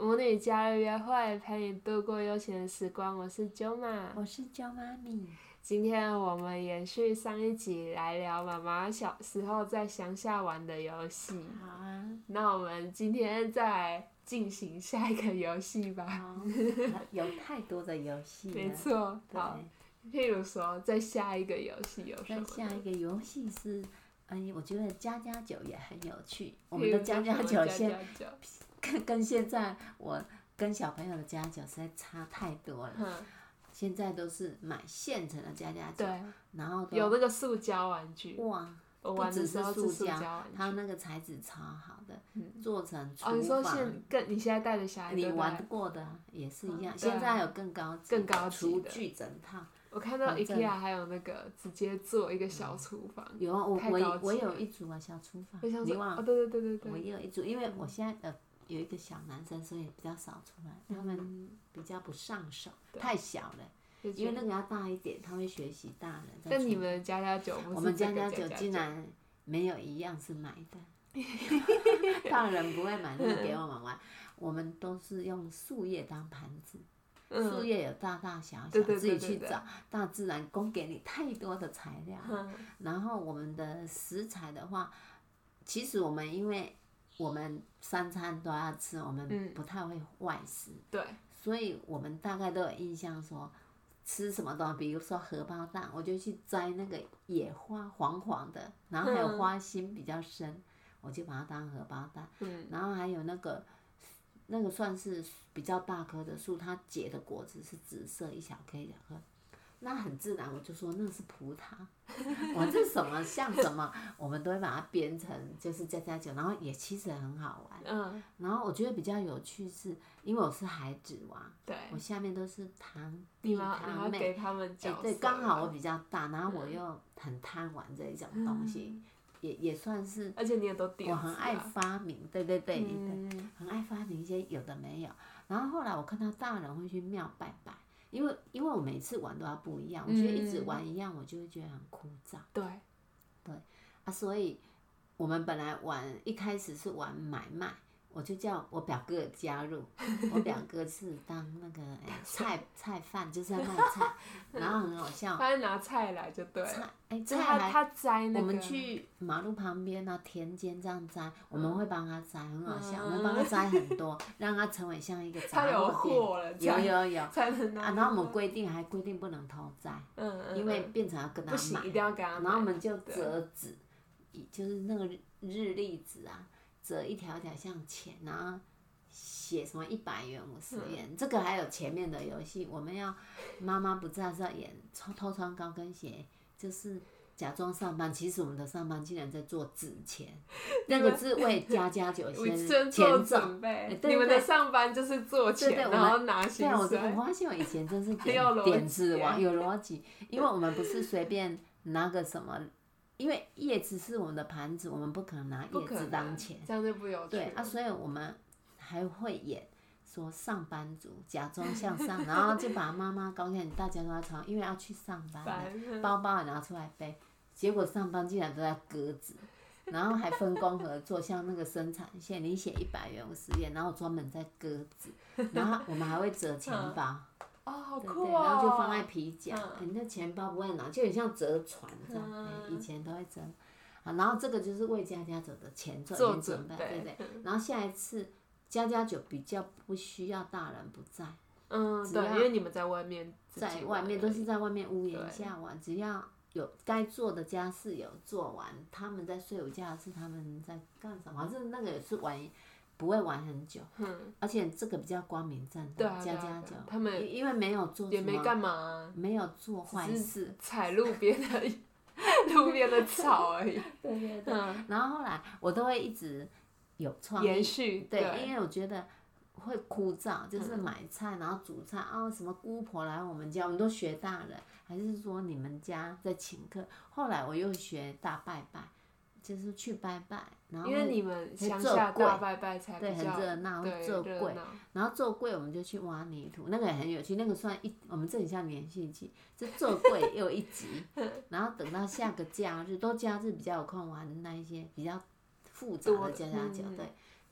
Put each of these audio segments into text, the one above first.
母女假日约会，陪你度过悠闲的时光。我是舅妈， 我是舅妈咪。 今天我们延续上一集来聊妈妈小时候在乡下玩的游戏。 好啊。 那我们今天再来进行下一个游戏吧。 好，有太多的游戏了。 没错，好。譬如说，再下一个游戏有什么？ 再下一个游戏是，我觉得家家酒也很有趣。我们的家家酒跟现在我跟小朋友的家家酒实在差太多了。现在都是买现成的家家酒，然后有那个塑胶玩具。 哇！不只是塑胶，它那个材质超好的，做成厨房。 你说你现在带的小孩， 你玩过的也是一样。现在还有更高级的厨具整套。 我看到 IKEA 还有那个直接做一个小厨房。 有啊，我有一组啊小厨房。你忘了？ 对对。 我也有一组，因为我现在有一个小男生，所以比较少出来，他们比较不上手，太小了。因为那个要大一点，他会学习大人。 但你们的家家酒不是？ 我们家家酒竟然没有一样是买的，大人不会买那个给我们玩，我们都是用树叶当盘子。树叶有大大小小，自己去找。大自然供给你太多的材料。然后我们的食材的话，其实因为我们3餐都要吃，我们不太会外食。 对。 所以我们大概都有印象说。吃什么东西，比如说荷包蛋，我就去摘那个野花，黄黄的，然后还有花心比较深，我就把它当荷包蛋。然后还有那个算是比较大棵的树，它结的果子是紫色，一小颗一小颗，那很自然我就说那是葡萄。我这什么像什么，我们都会把它编成就是家家酒，然后也其实很好玩。然后我觉得比较有趣是，因为我是孩子娃，我下面都是堂弟堂妹， 给他们角色。 对，刚好我比较大，然后我又很贪玩这一种东西，也算是。 而且你也都点子。 我很爱发明，对，很爱发明一些有的没有。然后后来我看到大人会去庙拜拜。因为我每次玩都要不一样，我觉得一直玩一样，我就会觉得很枯燥。 对啊，所以我们本来一开始是玩买卖，我就叫我表哥加入，我表哥是当那个菜贩，就是在卖菜，然后很好笑。 他拿菜来就对了。 菜他摘那个。 我们去马路旁边啊，田间这样摘，我们会帮他摘，很好笑。我们帮他摘很多，让他成为像一个杂货店。 他有货了。 有。 才能拿。 然后我们规定不能偷摘，因为变成要跟他买。 不行，一定要跟他买。 然后我们就折纸，就是那个日历纸啊，折一条一条像钱，然后写什么100元、50元。这个还有前面的游戏，我们要妈妈不在是要演偷穿高跟鞋。就是假装上班，其实我们的上班竟然在做纸钱，那个是为家家酒先前准备。你们的上班就是做钱，然后拿薪水。 我发现我以前真是点子王，有逻辑，因为我们不是随便拿个什么，因为叶子是我们的盘子，我们不可能拿叶子当钱， 这样就不有趣。 对啊，所以我们还会演。说上班族假装向上，然后就把妈妈高兴，大家都要穿，因为要去上班了，包包也拿出来背。结果上班竟然都在割纸，然后还分工合作，像那个生产线，你写100元、50元，然后专门在割纸，然后我们还会折钱包。 好酷哦！ 然后就放在皮夹，你那钱包不会拿，就很像折船这样。以前都会折。然后这个就是为家家酒的前做准备，对。然后下一次。家家酒比较不需要大人不在， 对，因为你们在外面， 都是在外面屋檐下玩，只要有该做的家事有做完，他们在睡午觉是他们在干什么？反正那个也是不会玩很久，而且这个比较光明正大，家家酒， 他们因为没有做也没干嘛， 没有做坏事， 踩路边的草而已。 对。然后后来我都会一直。有创意延续， 对，因为我觉得会枯燥，就是买菜然后煮菜什么姑婆来我们家，我们都学大人，还是说你们家在请客？后来我又学大拜拜，就是去拜拜，然后因为你们乡下大拜拜才比较对很热闹，会做柜，然后做柜我们就去挖泥土，那个也很有趣，那个算我们这里像连续剧，就做柜又一集，然后等到下个假日，都假日比较有空玩那一些比较。复杂的家家酒，对，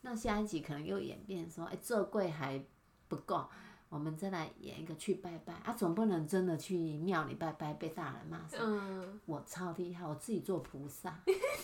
那下一集可能又演变说，做柜还不够，我们再来演一个去拜拜啊，总不能真的去庙里拜拜被大人骂死。我超厉害，我自己做菩萨。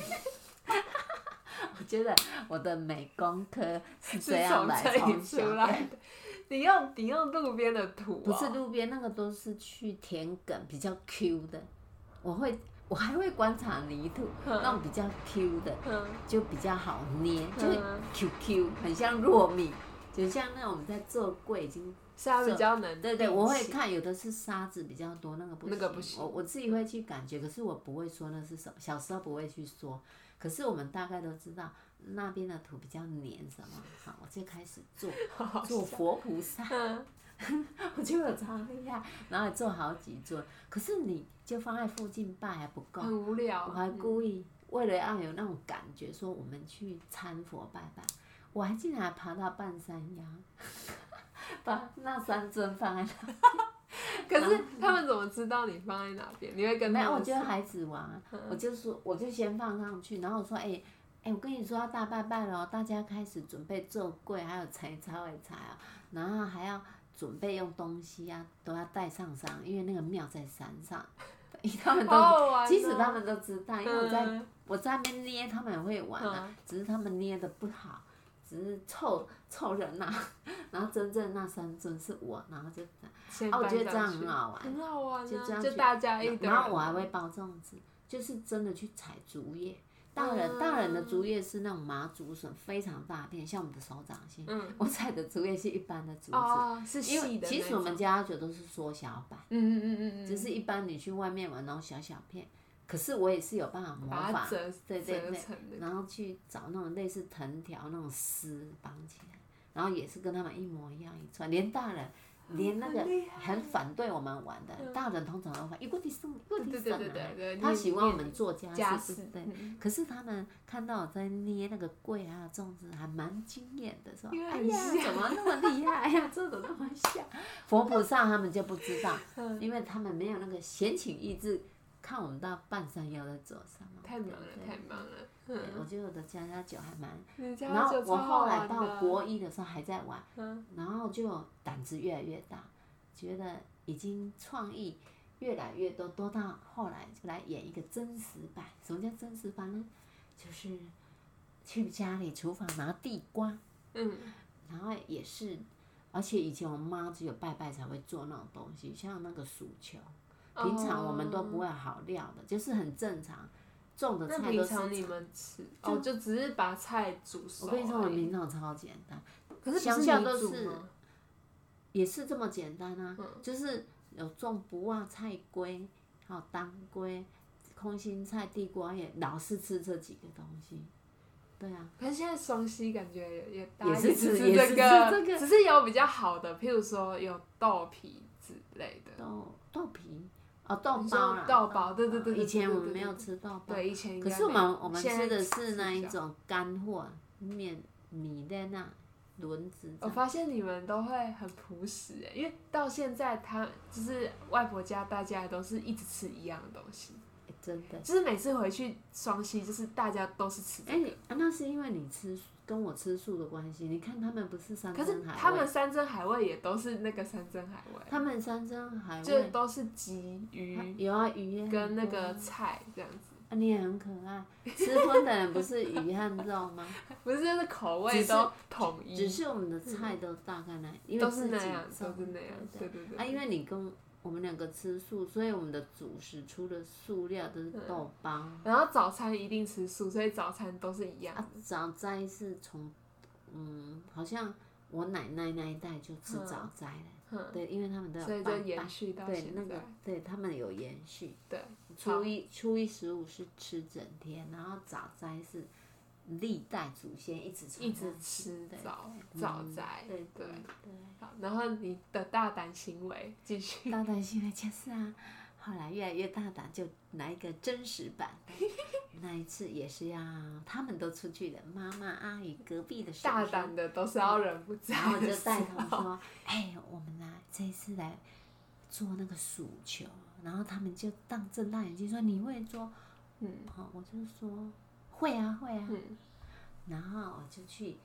我觉得我的美工科是这样来从小的。你用路边的土不是路边那个都是去田埂比较 Q 的，我还会观察泥土，那种比较 Q 的，就比较好捏，就 QQ， 很像糯米，就像那种在做柜已经。 沙比较能， 对，我会看有的是沙子比较多，那个不行。 我自己会去感觉，可是我不会说那是什么，小时候不会去说，可是我们大概都知道那边的土比较黏什么，好，我就开始做佛菩萨，我觉得超厉害，然后还做好几尊，可是你就放在附近拜还不够， 很无聊， 我还故意为了要有那种感觉，说我们去参佛拜拜，我还竟然还爬到半山腰。把那3尊放在那边， 可是他们怎么知道你放在哪边？你会跟他们说？ 没有，我觉得孩子玩啊，我就先放上去，然后我说，我跟你说要大拜拜了，大家开始准备做柜，还有采啊，然后还要准备用东西啊，都要带上山，因为那个庙在山上，他们都，其实他们都知道，因为我在那边捏，他们也会玩啊，只是他们捏的不好。只是凑热闹，然后真正那3尊是我，然后就我觉得这样很好玩， 很好玩啊， 就这样就大家一然后我还会包粽子，就是真的去采竹叶。大人的竹叶是那种麻竹笋，非常大片，像我们的手掌心。我采的竹叶是一般的竹子， 是细的。 其实我们家酒都是缩小版，只是一般你去外面玩那种小片。可是我也是有办法模仿，对，然后去找那种类似藤条那种丝绑起来，然后也是跟他们一模一样一串，连大人，连那个很反对我们玩的大人通常都会一个地送一个地送啊，他喜欢我们做家事，对，可是他们看到我在捏那个柜啊粽子，还蛮惊艳的，说哎呀怎么那么厉害呀，做得那么像佛菩萨，他们就不知道，因为他们没有那个闲情逸致。看我们到半山腰在走上， 太忙了。 我觉得我的家家酒还蛮，然后我后来到国1的时候还在玩，然后就胆子越来越大，觉得已经创意越来越多，多到后来就来演一个真实版。什么叫真实版呢？就是去家里厨房拿地瓜，然后也是，而且以前我妈只有拜拜才会做那种东西，像那个薯球。平常我们都不会好料的，就是很正常，种的菜都是。 那平常你们吃，就只是把菜煮熟。 我跟你说，我们平常超简单， 可是乡下都是，也是这么简单啊，就是有种不啊菜龟，还有当归、空心菜、地瓜叶，老是吃这几个东西。对啊。 可是现在双溪感觉也是吃这个，只是有比较好的，譬如说有豆皮之类的。 豆皮。豆包啦， 豆包，对。 以前我们没有吃豆包， 对，以前可是我们吃的是那一种干货米链啊、轮子。 我发现你们都会很朴实因为到现在就是外婆家，大家都是一直吃一样的东西。 真的。 就是每次回去双溪，就是大家都是吃这个。 那是因为你跟我吃素的关系，你看他们不是山珍海味，可是他们山珍海味也都是那个山珍海味。 他们山珍海味就都是鸡鱼， 有啊鱼跟那个菜这样子。 你也很可爱，吃荤的人不是鱼和肉吗？ 不是，就是口味都统一。 只是我们的菜都大概因为都是那样，对。 因为你跟我们2个吃素，所以我们的主食除了素料都是豆包。 然后早餐一定吃素，所以早餐都是一样。 早斋是从，好像我奶奶那一代就吃早斋了，对，因为他们都有所以就延续到现在。 对，他们有延续。 对。 初一15是吃整天，然后早斋是历代祖先一直吃早斋。对。好， 然后你的大胆行为继续。 大胆行为就是啊，后来越来越大胆，就来一个真实版的。那一次也是要他们都出去了，妈妈、阿姨、隔壁的婶婶。 大胆的都是要人不在。 然后就带他们说：“我们这一次来做那个薯球。”然后他们就当睁大眼睛说：“你会做？”我就说：“会啊。”然后我就去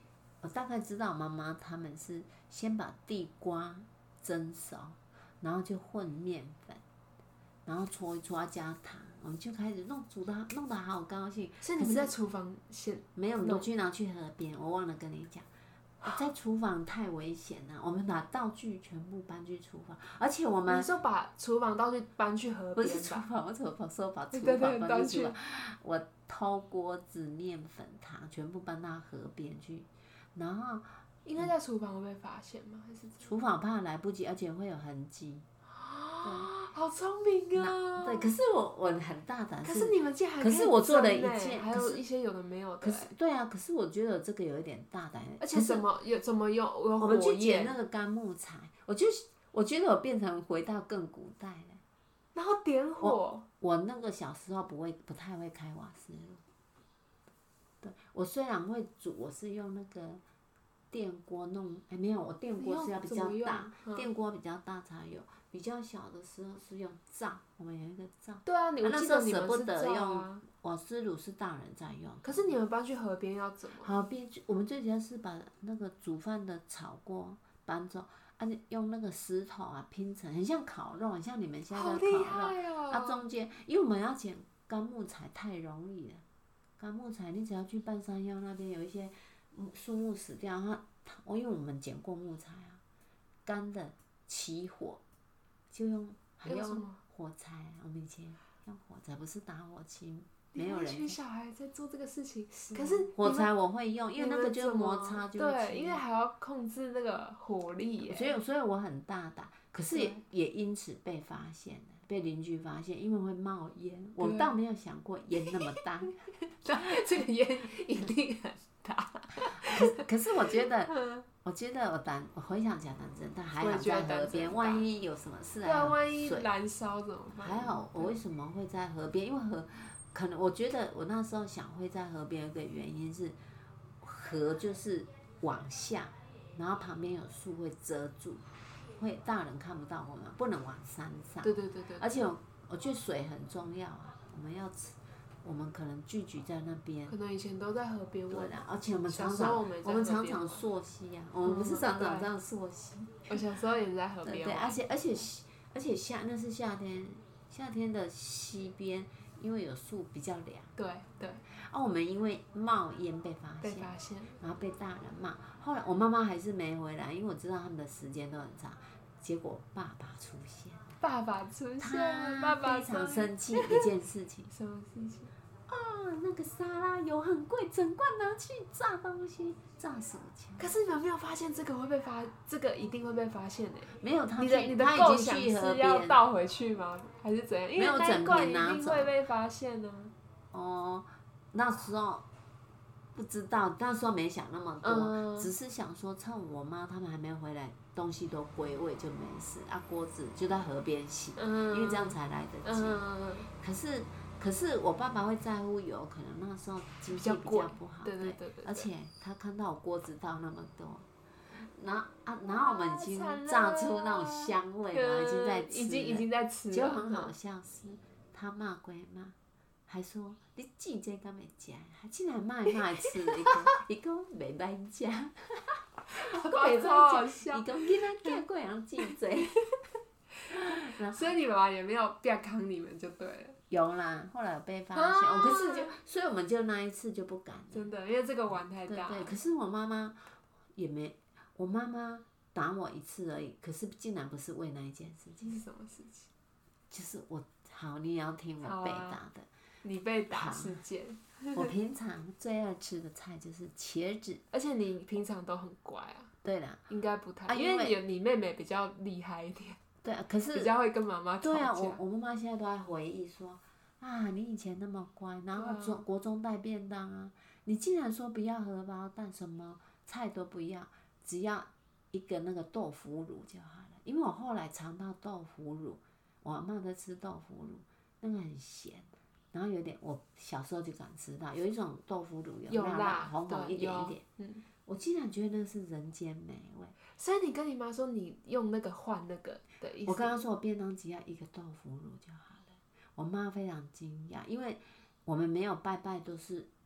我大概知道我妈妈他们是先把地瓜蒸熟，然后就混面粉，然后搓一搓要加糖，我们就开始弄得好高兴。 是你们在厨房先没有，我们都拿去河边，我忘了跟你讲。在厨房太危险了，我们把道具全部搬去厨房，而且我们你说把厨房道具搬去河边吧？ 不是厨房，我怎么说把厨对房搬去去厨房？我偷锅子、面粉、糖全部搬到河边去，然后因为在厨房会被发现吗？还是厨房怕来不及，而且会有痕迹。 好聪明啊！ 对，可是我很大胆。 可是你们竟然还可是我做了一件， 件， 还有一些有的没有的。 可是对啊，可是我觉得这个有一点大胆。 而且怎么有我们去捡那个干木材，我觉得我变成回到更古代了。 然后点火。 我那个小时候不太会开瓦斯炉。对，我虽然会煮，我是用那个电锅弄，没有，我电锅是要比较大，电锅比较大才有。比较小的时候是用灶，我们有一个灶。 对啊， 那时候舍不得用瓦斯炉，是大人在用。 可是你们搬去河边要怎么？ 河边，我们最主要是把那个煮饭的炒锅搬走，用那个石头啊拼成，很像烤肉，很像你们现在的烤肉。 好厉害哦！ 中间，因为我们要捡干木材太容易了，干木材你只要去半山腰那边有一些树木死掉，因为我们捡过木材啊，干的起火。就还用火柴，我们以前用火柴，不是打火机，没有人。 一群小孩在做这个事情，可是火柴我会用，因为那个就摩擦就会起。 对，因为还要控制那个火力耶。 所以我很大胆，可是也因此被发现了，被邻居发现，因为会冒烟。我倒没有想过烟那么大， 这个烟一定很大。 可是我觉得我回想起来胆真大，还好在河边，万一有什么事对啊，万一燃烧怎么办？ 还好，我为什么会在河边？因为可能我觉得我那时候想会在河边，有一个原因是，河就是往下，然后旁边有树会遮住，会大人看不到我们，不能往山上。 对。 而且我觉得水很重要啊，我们可能聚集在那边。 可能以前都在河边玩。 对啦，而且我们常常溯溪啊，我们不是常常这样溯溪。 我小时候也是在河边玩。 对，而且那是夏天的溪边，因为有树比较凉。 对。 我们因为冒烟被发现，然后被大人骂。后来我妈妈还是没回来，因为我知道他们的时间都很长。结果爸爸出现了。 爸爸非常生气一件事情。 什么事情？ 那个沙拉油很贵，整罐拿去炸东西，炸手枪。 可是你们没有发现这个一定会被发现的。 没有， 你的构想是要倒回去吗？还是怎样？因为那一罐一定会被发现呢。 那时候不知道，那时候没想那么多，只是想说趁我妈他们还没回来，东西都归位就没事啊。锅子就在河边洗，因为这样才来得及。可是我爸爸会在乎油，可能那时候经济比较不好， 对。 而且他看到我锅子倒那么多，然后我们已经炸出那种香味了，已经在吃了，就很好笑是，他骂归骂，还说你煮这敢会食，还竟然骂吃，伊讲袂歹食， 超好笑。 伊讲囡仔囝过人煮这。 所以你妈妈也没有不要扛你们就对了。 有啦，后来有被发现，可是所以我们就那一次就不敢了。 真的，因为这个玩太大。 对，可是我妈妈也没，我妈妈打我一次而已，可是竟然不是为那一件事情。 是什么事情？ 就是你也要听我被打的。 你被打事件。 我平常最爱吃的菜就是茄子。 而且你平常都很乖啊。 对啦。 应该不太，因为你妹妹比较厉害一点。 对啊，可是比较会跟妈妈吵架。 对啊，我妈妈现在都在回忆说，你以前那么乖，然后国中带便当啊，你竟然说不要荷包蛋，什么菜都不要，只要一个那个豆腐乳就好了。因为我后来尝到豆腐乳，我阿嬷在吃豆腐乳，那个很咸，然后有点我小时候就敢吃到，有一种豆腐乳有辣红红一点一点，我竟然觉得那是人间美味。 所以你跟你妈说你用那个换那个的意思？ 我刚刚说我便当只要一个豆腐乳就好了。我妈非常惊讶，因为我们没有拜拜，都是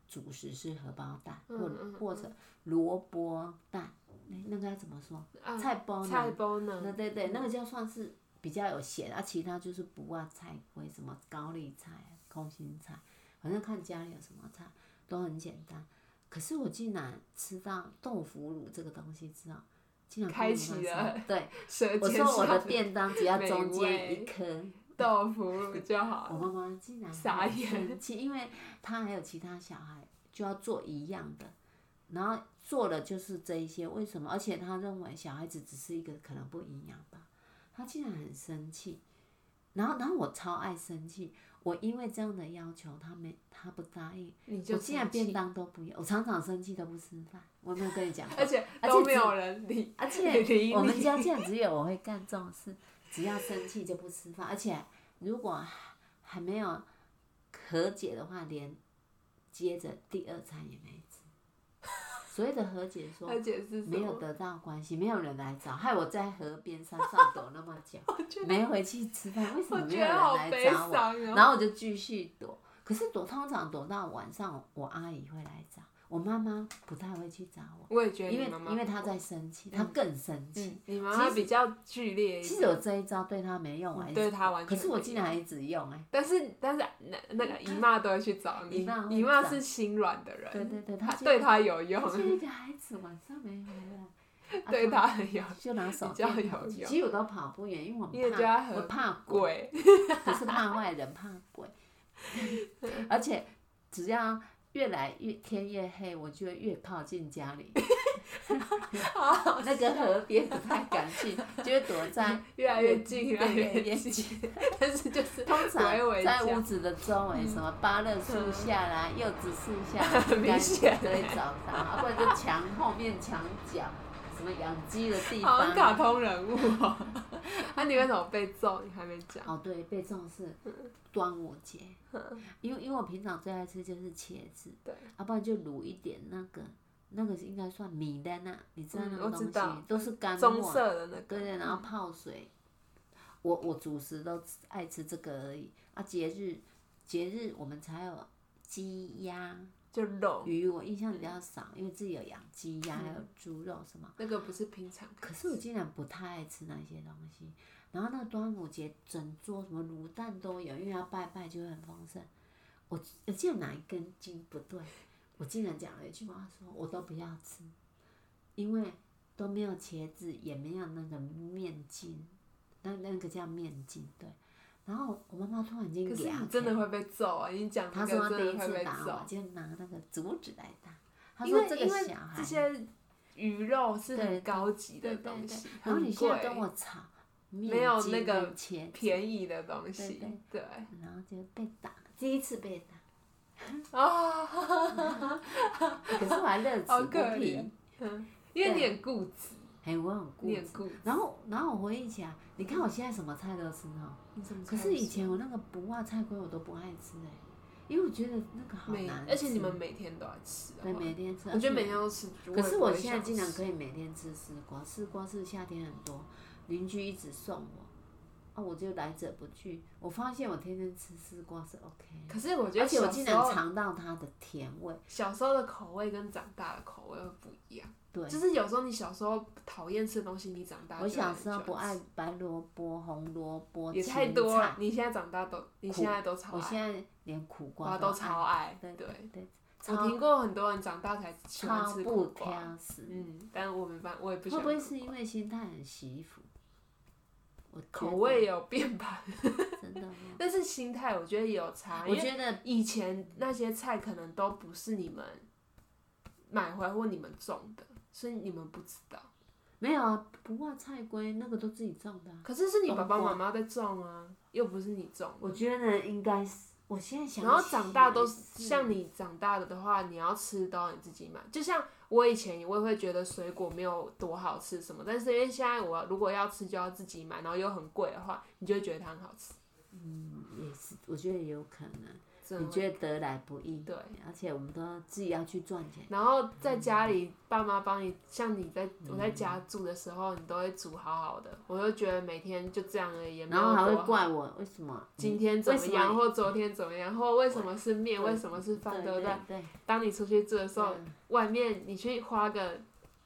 主食是荷包蛋，或者嗯萝卜蛋，那个要怎么说？菜包呢？ 菜包呢？ 对，那个就算是比较有咸，其他就是不啊菜龟，什么高丽菜、空心菜，反正看家里有什么菜都很简单。可是我竟然吃到豆腐乳这个东西之后，竟然开启了对， 舌我尖上说我的便当只要中间美味一颗豆腐乳就好我了。 妈妈竟然傻很眼生气，因为她还有其他小孩就要做一样的，然后做的就是这一些，为什么？而且她认为小孩子只是一个可能不营养吧，她竟然很生气，然后我超爱生气，我因为这样的要求，她不答应，我竟然便当都不要，我常常生气都不吃饭，我有没有跟你讲过？ 而且都没有人理， 而且我们家竟然只有我会干这种事，只要生气就不吃饭，而且如果还没有和解的话，连接着第二餐也没吃。所谓的和解说没有得到关系，没有人来找，害我在河边山上躲那么久，没回去吃饭，为什么没有人来找我？然后我就继续躲，可是通常躲到晚上，我阿姨会来找。我妈妈不太会去找我， 我也觉得你妈妈因为她在生气，她更生气。 你妈妈比较剧烈一点。 其实我这一招对她没用啊， 对她完全。 可是我竟然还一直用但是那个姨妈都会去找你，姨妈是心软的人， 对， 她对她有用。 而且一个孩子晚上没回来， 对她很有， 就拿手比较有用。 其实我都跑不远，因为我怕鬼， 不是怕坏人，怕鬼。而且只要天越黑，我就会越靠近家里。那个河边不太敢去，就会躲在越来越近，越来越近。但是就是通常在屋子的周围，什么芭乐树下啦、柚子树下， 很明显都会找到，不然就墙后面、墙角，什么养鸡的地方。 好像卡通人物哦。那你为什么被揍？你还没讲。 哦，对，被揍是端午节，因为我平常最爱吃就是茄子， 对， 不然就卤一点那个应该算米丹啊，你知道那个东西都是干棕色的那个， 对，然后泡水。我主食都爱吃这个而已啊。节日我们才有鸡鸭。 就肉鱼我印象比较少，因为自己有养鸡鸭，还有猪肉什么。 那个不是平常。 可是我竟然不太爱吃那些东西。然后那个端午节整桌什么卤蛋都有，因为要拜拜就会很丰盛。我记得哪一根筋不对，我竟然讲了一句话说，我都不要吃，因为都没有茄子，也没有那个面筋，那个叫面筋对。然后我妈妈突然间可是你真的会被揍啊！你讲她说第一次打我，就拿那个竹子来打。她说这个小孩。 这些鱼肉是很高级的东西， 然后你现在跟我吵， 没有那个便宜的东西，对。 然后就被打，第一次被打。 啊！ 可是我还乐此不疲， 因为你很固执。 我很固执。然后我回忆起来，你看我现在什么菜都吃哈。可是以前我那个不辣菜龟我都不爱吃因为我觉得那个好难吃。 而且你们每天都要吃。 对，每天吃。 我觉得每天都吃。 可是我现在竟然可以每天吃丝瓜，丝瓜是夏天很多，邻居一直送我，我就来者不拒。我发现我天天吃丝瓜是 OK。 可是我觉得， 而且我竟然尝到它的甜味。 小时候的口味跟长大的口味会不一样。 对。 就是有时候你小时候讨厌吃的东西，你长大就我小时候不爱白萝卜、红萝卜、 也太多了。你现在长大你现在都超爱。 我现在连苦瓜都超爱。 对。 我听过很多人长大才喜欢吃苦瓜。 超不挑食。 但我也不喜欢。 会不会是因为心态很媳妇？ 口味有变吧。 真的吗？ 但是心态我觉得也有差。 我觉得以前那些菜可能都不是你们买回来或你们种的，所以你们不知道。 没有啊，不辣菜龟那个都自己种的。 可是是你爸爸妈妈在种啊，又不是你种。 我觉得应该是，我现在想。 然后长大都像你长大的话，你要吃都要你自己买。就像我以前我也会觉得水果没有多好吃什么，但是因为现在我如果要吃就要自己买，然后又很贵的话，你就会觉得它很好吃。 也是，我觉得也有可能。 真的会你觉得得来不易， 对， 而且我们都自己要去赚钱。 然后在家里，爸妈帮你，像我在家住的时候，你都会煮好好的，我就觉得每天就这样而已，也没有然后还会多好。 怪我为什么今天怎么为什样，或昨天怎么样，或为什么是面， 对为什么是饭，对不对？对， 当你出去住的时候， 嗯外面你去花个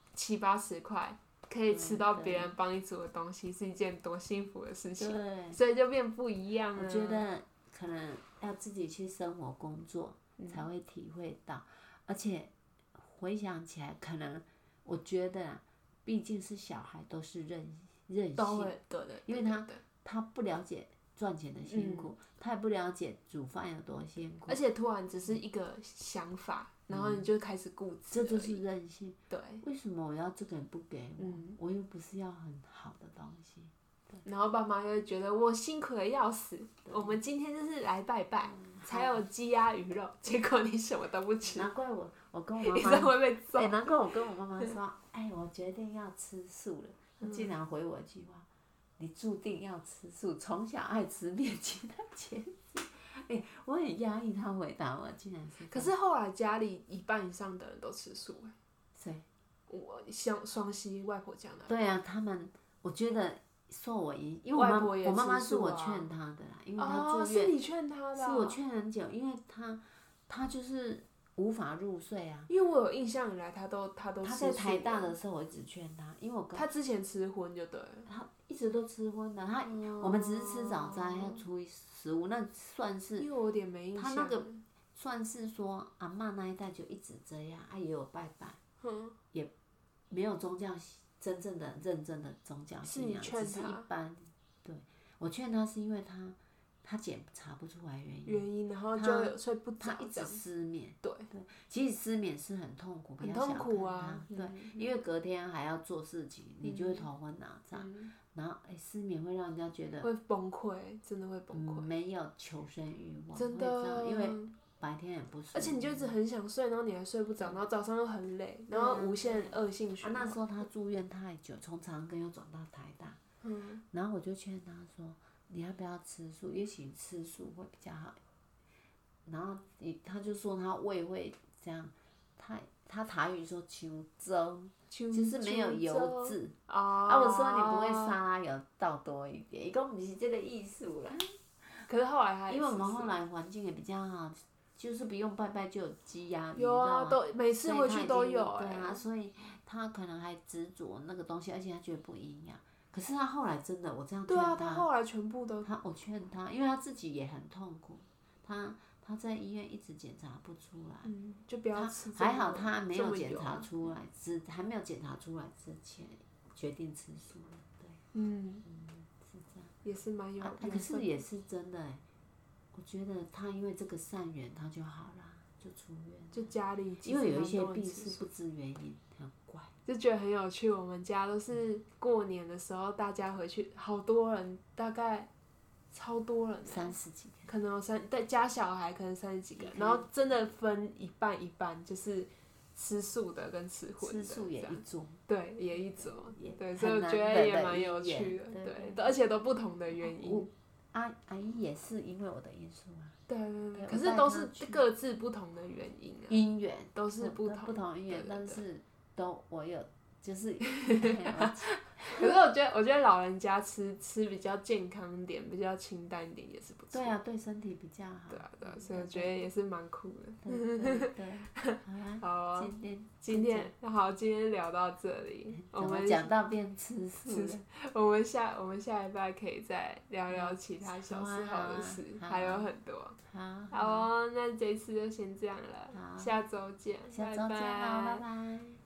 70-80块，可以吃到对别人帮你煮的东西，是一件多幸福的事情。 对， 所以就变不一样了。 我觉得可能要自己去生活工作嗯才会体会到，而且回想起来，可能我觉得啊毕竟是小孩，都是任都性， 会对， 因为他不了解赚钱的辛苦，他也不了解煮饭有多辛苦， 而且突然只是一个想法，然后你就开始固执而已， 这就是任性。 对。 为什么我要这个人不给我？ 嗯我又不是要很好的东西。 然后爸妈又会觉得我辛苦的要死，我们今天就是来拜拜，才有鸡鸭鱼肉，结果你什么都不吃， 难怪我跟我你妈妈， 这会被揍。 难怪我跟我妈妈说，哎，我决定要吃素了。她竟然回我一句话：“你注定要吃素，从小爱吃面，现在节制。”我很压抑，她回答我竟然是这样。 可是后来家里一半以上的人都吃素， 谁？ 我像双溪外婆家的。 对啊，他们我觉得受我影，因为外婆也我妈妈吃素啊是我劝她的啦，因为她哦， 住院， 是你劝他的啊。 是我劝很久，因为她就是无法入睡啊。 因为我有印象以来，他都她吃素在台大的时候，我一直劝她，因为我跟他之前吃荤就对了。 她一直都吃荤的，我们只是吃早餐要初一十五，那算是因为我有点没印象。 他那个算是说阿嬷那一代就一直这样，也有拜拜，也没有宗教真正的认真的宗教信仰，只是一般。对，我劝他是因为他检查不出来原因， 然后就有睡不着， 他一直失眠。 对， 其实失眠是很痛苦， 很痛苦啊。 对，因为隔天还要做事情，你就会头昏脑胀，然后失眠会让人家觉得会崩溃，真的会崩溃， 没有求生欲望， 真的， 因为白天也不睡， 而且你就一直很想睡，然后你还睡不着，然后早上又很累，然后无限恶性循环。 那时候他住院太久，从长庚又转到台大，然后我就劝他说，你要不要吃素？也许吃素会比较好。然后他就说他胃会这样，他台语说秋粥，就是没有油脂。我说你不会沙拉油倒多一点，伊讲不是这个意思啦。 可是后来他因为我们后来环境也比较好，就是不用拜拜就有鸡鸭鱼有啊， 肉， 每次回去都有对啊，所以他可能还执着那个东西，而且他觉得不营养。可是他后来真的，我这样劝对啊，他后来全部都我劝他，因为他自己也很痛苦，他在医院一直检查不出来， 就不要吃。 还好他没有检查出来，还没有检查出来之前决定吃素的，对，是这样。 也是蛮有。 可是也是真的我觉得他因为这个善缘，他就好了，就出院。 就家里因为有一些病是不知原因，很怪。 就觉得很有趣，我们家都是过年的时候，大家回去，好多人，大概超多人 ，30几个， 可能有再加小孩，可能30几个，然后真的分一半一半，就是吃素的跟吃荤的， 吃素也一桌， 对，也一桌，对，所以很我觉得也蛮有趣的，对，而且都不同的原因。 阿姨也是因为我的因素啊。 对，可是都是各自不同的原因啊。 因缘都是不同因缘，但是我有就是。 可是我觉得老人家吃比较健康一点，比较清淡一点也是不错。 对啊，对身体比较好。 对啊，所以我觉得也是蛮酷的。 对， 好啊， 今天聊到这里，我们讲到变吃素了。 我们下一拜可以再聊聊其他小时候的事，还有很多。好哦，那这次就先这样了，下周见， 拜拜。